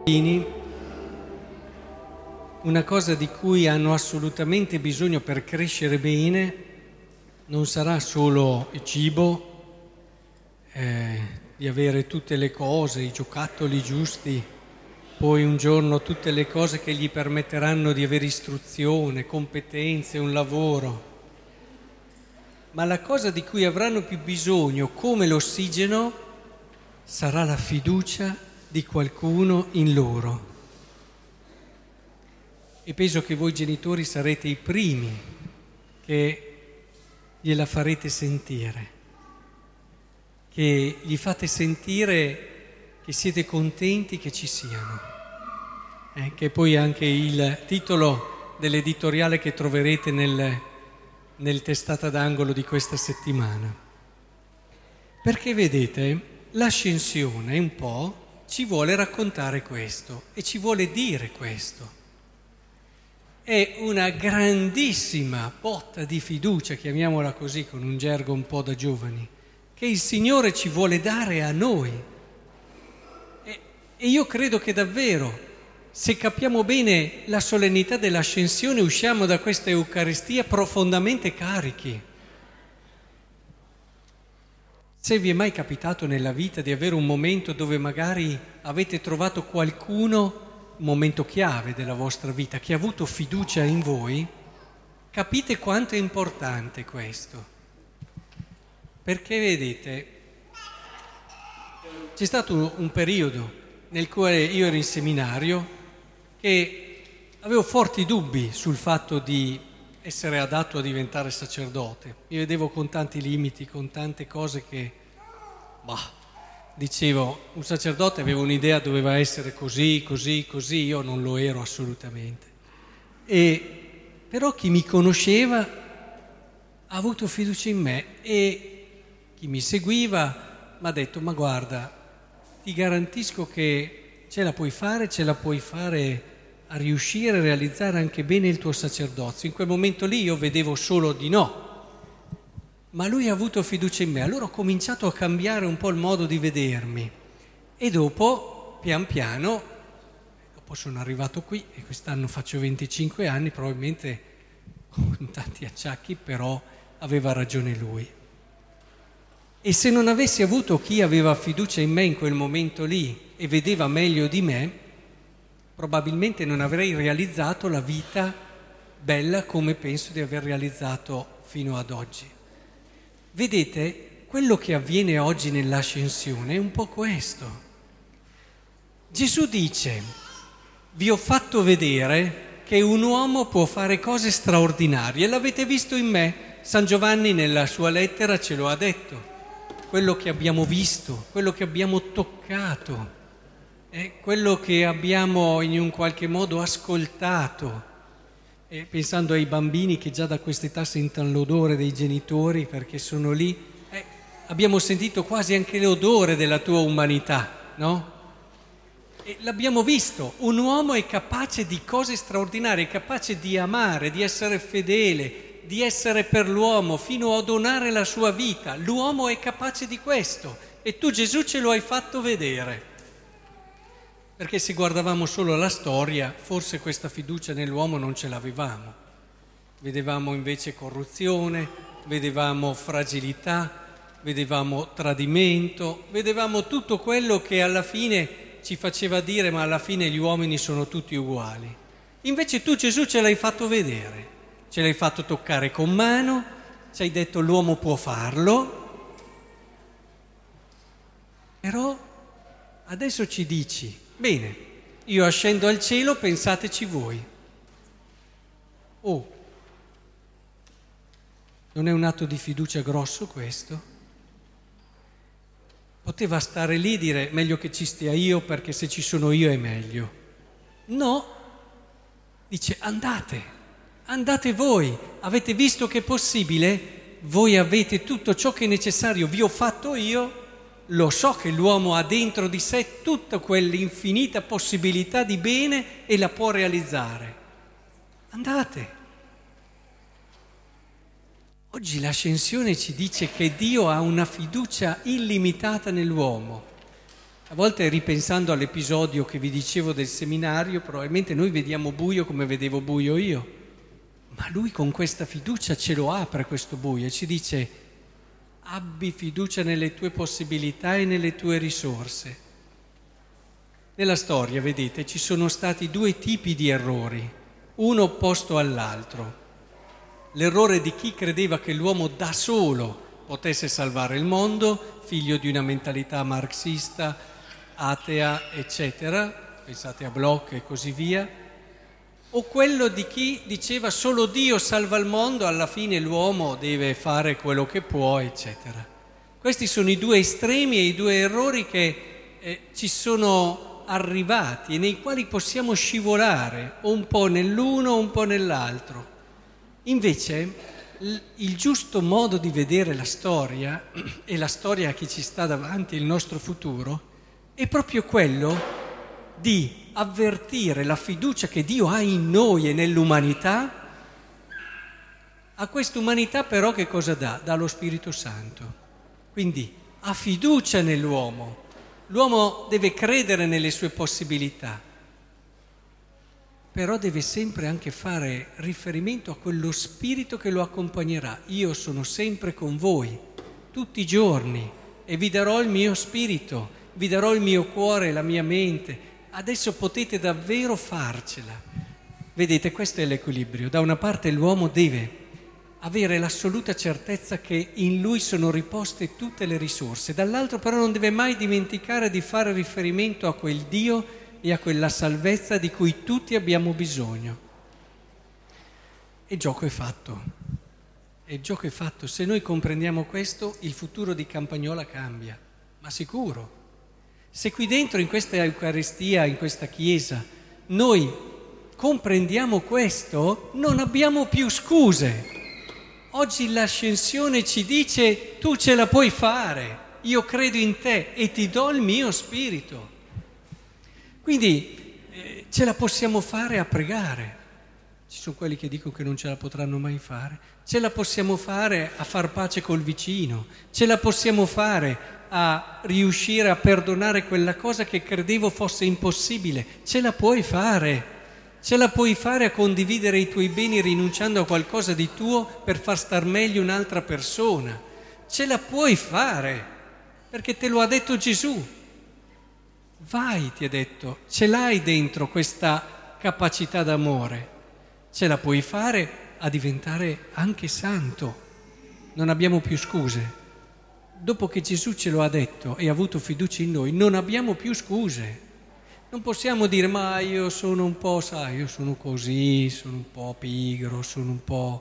Una cosa di cui hanno assolutamente bisogno per crescere bene non sarà solo il cibo, di avere tutte le cose, i giocattoli giusti, poi un giorno tutte le cose che gli permetteranno di avere istruzione, competenze, un lavoro. Ma la cosa di cui avranno più bisogno, come l'ossigeno, sarà la fiducia di qualcuno in loro. E penso che voi genitori sarete i primi che gliela farete sentire, che gli fate sentire che siete contenti che ci siano, che poi anche il titolo dell'editoriale che troverete nel testata d'angolo di questa settimana. Perché vedete, l'ascensione un po' ci vuole raccontare questo e ci vuole dire questo. È una grandissima botta di fiducia, chiamiamola così con un gergo un po' da giovani, che il Signore ci vuole dare a noi. E io credo che davvero, se capiamo bene la solennità dell'ascensione, usciamo da questa Eucaristia profondamente carichi. Se vi è mai capitato nella vita di avere un momento dove magari avete trovato qualcuno, un momento chiave della vostra vita, che ha avuto fiducia in voi, capite quanto è importante questo. Perché vedete, c'è stato un periodo nel quale io ero in seminario che avevo forti dubbi sul fatto di essere adatto a diventare sacerdote. Mi vedevo con tanti limiti, con tante cose che, dicevo, un sacerdote aveva un'idea, doveva essere così, così, così, io non lo ero assolutamente. Però chi mi conosceva ha avuto fiducia in me e chi mi seguiva mi ha detto, ma guarda, ti garantisco che ce la puoi fare a riuscire a realizzare anche bene il tuo sacerdozio. In quel momento lì io vedevo solo di no. Ma lui ha avuto fiducia in me, allora ho cominciato a cambiare un po' il modo di vedermi e dopo, pian piano, dopo sono arrivato qui e quest'anno faccio 25 anni, probabilmente con tanti acciacchi, però aveva ragione lui. E se non avessi avuto chi aveva fiducia in me in quel momento lì e vedeva meglio di me, probabilmente non avrei realizzato la vita bella come penso di aver realizzato fino ad oggi. Vedete, quello che avviene oggi nell'ascensione è un po' questo. Gesù dice, vi ho fatto vedere che un uomo può fare cose straordinarie, l'avete visto in me. San Giovanni nella sua lettera ce lo ha detto, quello che abbiamo visto, quello che abbiamo toccato, quello che abbiamo in un qualche modo ascoltato. Pensando ai bambini che già da quest'età sentono l'odore dei genitori perché sono lì, abbiamo sentito quasi anche l'odore della tua umanità, no? E l'abbiamo visto, un uomo è capace di cose straordinarie, è capace di amare, di essere fedele, di essere per l'uomo fino a donare la sua vita. L'uomo è capace di questo e tu Gesù ce lo hai fatto vedere. Perché se guardavamo solo la storia, forse questa fiducia nell'uomo non ce l'avevamo. Vedevamo invece corruzione, vedevamo fragilità, vedevamo tradimento, vedevamo tutto quello che alla fine ci faceva dire ma alla fine gli uomini sono tutti uguali. Invece tu Gesù ce l'hai fatto vedere, ce l'hai fatto toccare con mano, ci hai detto l'uomo può farlo, però adesso ci dici, bene, io ascendo al cielo, pensateci voi. Oh, non è un atto di fiducia grosso questo? Poteva stare lì e dire meglio che ci stia io perché se ci sono io è meglio. No, dice andate voi, avete visto che è possibile? Voi avete tutto ciò che è necessario, vi ho fatto io. Lo so che l'uomo ha dentro di sé tutta quell'infinita possibilità di bene e la può realizzare. Andate. Oggi l'ascensione ci dice che Dio ha una fiducia illimitata nell'uomo. A volte, ripensando all'episodio che vi dicevo del seminario, probabilmente noi vediamo buio come vedevo buio io, ma lui con questa fiducia ce lo apre questo buio e ci dice: abbi fiducia nelle tue possibilità e nelle tue risorse. Nella storia, vedete, ci sono stati due tipi di errori, uno opposto all'altro. L'errore di chi credeva che l'uomo da solo potesse salvare il mondo, figlio di una mentalità marxista, atea, eccetera, pensate a Bloch e così via, o quello di chi diceva solo Dio salva il mondo, alla fine l'uomo deve fare quello che può, eccetera. Questi sono i due estremi e i due errori che ci sono arrivati e nei quali possiamo scivolare o un po' nell'uno o un po' nell'altro. Invece il giusto modo di vedere la storia e la storia che ci sta davanti, il nostro futuro, è proprio quello di avvertire la fiducia che Dio ha in noi e nell'umanità. A quest'umanità però che cosa dà? Dà lo Spirito Santo. Quindi ha fiducia nell'uomo. L'uomo deve credere nelle sue possibilità, però deve sempre anche fare riferimento a quello Spirito che lo accompagnerà. Io sono sempre con voi, tutti i giorni, e vi darò il mio Spirito, vi darò il mio cuore, la mia mente. Adesso potete davvero farcela. Vedete, questo è l'equilibrio. Da una parte l'uomo deve avere l'assoluta certezza che in lui sono riposte tutte le risorse, dall'altro però non deve mai dimenticare di fare riferimento a quel Dio e a quella salvezza di cui tutti abbiamo bisogno. E il gioco è fatto. E il gioco è fatto. Se noi comprendiamo questo, il futuro di Campagnola cambia, ma sicuro. Se qui dentro, in questa Eucaristia, in questa Chiesa, noi comprendiamo questo, non abbiamo più scuse. Oggi l'ascensione ci dice: tu ce la puoi fare, io credo in te e ti do il mio Spirito. Quindi ce la possiamo fare a pregare. Ci sono quelli che dicono che non ce la potranno mai fare. Ce la possiamo fare a far pace col vicino. Ce la possiamo fare a riuscire a perdonare quella cosa che credevo fosse impossibile. Ce la puoi fare. Ce la puoi fare a condividere i tuoi beni rinunciando a qualcosa di tuo per far star meglio un'altra persona. Ce la puoi fare, perché te lo ha detto Gesù. Vai, ti ha detto, ce l'hai dentro questa capacità d'amore. Ce la puoi fare a diventare anche santo. Non abbiamo più scuse. Dopo che Gesù ce lo ha detto e ha avuto fiducia in noi, non abbiamo più scuse. Non possiamo dire: ma io sono un po', sai, io sono così, sono un po' pigro, sono un po'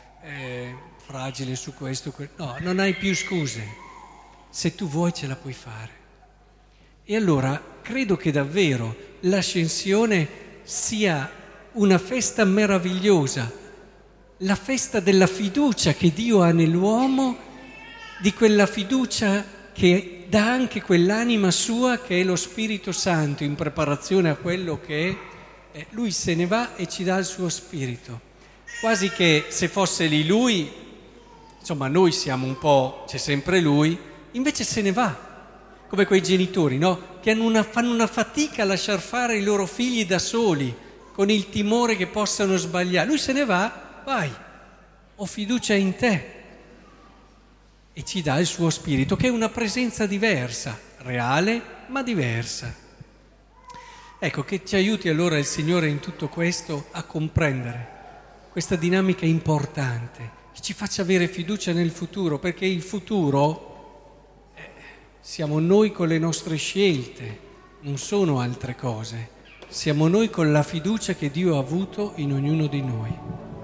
fragile su questo. No, non hai più scuse. Se tu vuoi ce la puoi fare. E allora credo che davvero l'ascensione sia una festa meravigliosa, la festa della fiducia che Dio ha nell'uomo, di quella fiducia che dà anche quell'anima sua che è lo Spirito Santo in preparazione a quello che è. Lui se ne va e ci dà il suo Spirito. Quasi che se fosse lì lui, insomma noi siamo un po', c'è sempre lui, invece se ne va. Come quei genitori, no? Che fanno una fatica a lasciar fare i loro figli da soli, con il timore che possano sbagliare. Lui se ne va, vai, ho fiducia in te. E ci dà il suo Spirito, che è una presenza diversa, reale, ma diversa. Ecco, che ci aiuti allora il Signore in tutto questo a comprendere questa dinamica importante, che ci faccia avere fiducia nel futuro, perché il futuro siamo noi con le nostre scelte, non sono altre cose. Siamo noi con la fiducia che Dio ha avuto in ognuno di noi.